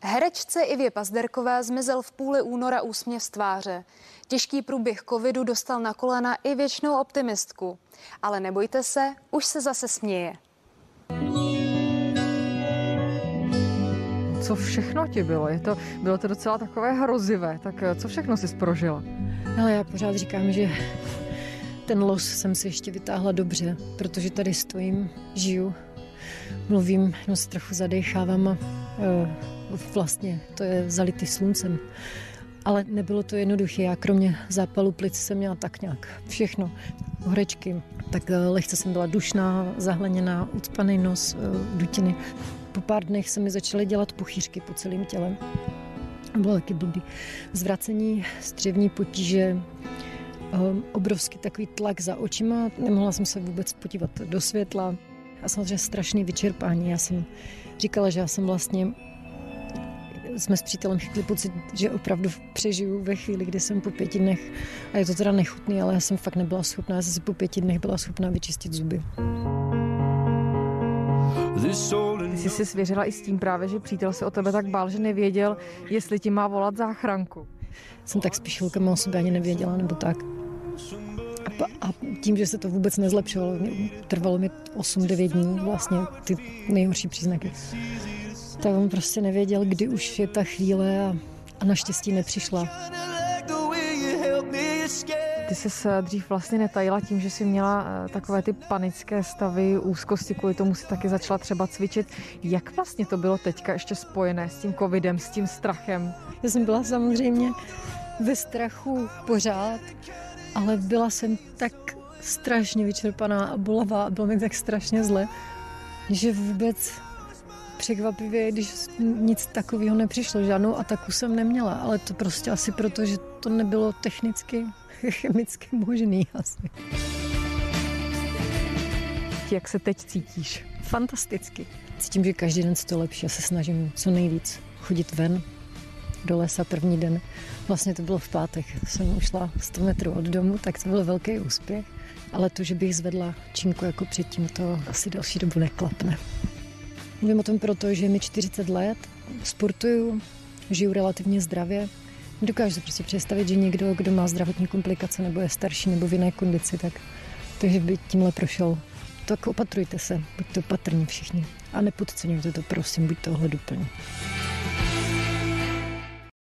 Herečce Ivě Pazderkové zmizel v půli února úsměv z tváře. Těžký průběh covidu dostal na kolena i věčnou optimistku. Ale nebojte se, už se zase směje. Co všechno ti bylo? Bylo to docela takové hrozivé. Tak co všechno jsi prožila? Ale já pořád říkám, že ten los jsem si ještě vytáhla dobře, protože tady stojím, žiju, mluvím, no se trochu zadechávám a vlastně to je zalitý sluncem. Ale nebylo to jednoduché. Já kromě zápalu plic jsem měla tak nějak všechno. Horečky, tak lehce jsem byla dušná, zahleněná, ucpaný nos, dutiny. Po pár dnech se mi začaly dělat puchýřky po celém těle. Bylo taky blbý. Zvracení, střevní potíže, obrovský takový tlak za očima. Nemohla jsem se vůbec podívat do světla. A samozřejmě strašný vyčerpání. Já jsem říkala, že já jsem vlastně... Jsme s přítelem chytli pocit, že opravdu přežiju ve chvíli, kdy jsem po 5 dnech, a je to teda nechutný, ale já jsem fakt nebyla schopná, já jsem si po 5 dnech byla schopná vyčistit zuby. Ty jsi si svěřila i s tím právě, že přítel se o tebe tak bál, že nevěděl, jestli ti má volat záchranku. Jsem tak spíš chvilkama o sobě ani nevěděla, nebo tak. A tím, že se to vůbec nezlepšovalo, trvalo mi 8-9 dní vlastně ty nejhorší příznaky. Tak on prostě nevěděl, kdy už je ta chvíle a naštěstí nepřišla. Ty se dřív vlastně netajila tím, že jsi měla takové ty panické stavy, úzkosti, kvůli tomu si taky začala třeba cvičit. Jak vlastně to bylo teďka ještě spojené s tím covidem, s tím strachem? Já jsem byla samozřejmě ve strachu pořád, ale byla jsem tak strašně vyčerpaná a bolavá a bylo mi tak strašně zle, že vůbec překvapivě, když nic takového nepřišlo, žádnou ataku jsem neměla, ale to prostě asi proto, že to nebylo technicky, chemicky možný asi. Jak se teď cítíš? Fantasticky. Cítím, že každý den se to lepší a se snažím co nejvíc chodit ven do lesa první den. Vlastně to bylo v pátek, jsem ušla 100 metrů od domu, tak to byl velký úspěch, ale to, že bych zvedla činku jako předtím, to asi další dobu neklapne. Mluvím o tom proto, že je mi 40 let, sportuju, žiju relativně zdravě. Dokážu si prostě představit, že někdo, kdo má zdravotní komplikace nebo je starší nebo v jiné kondici, takže by tímhle prošel. Tak opatrujte se, buďte opatrní všichni a nepodceňujte to, prosím, buďte ohleduplní.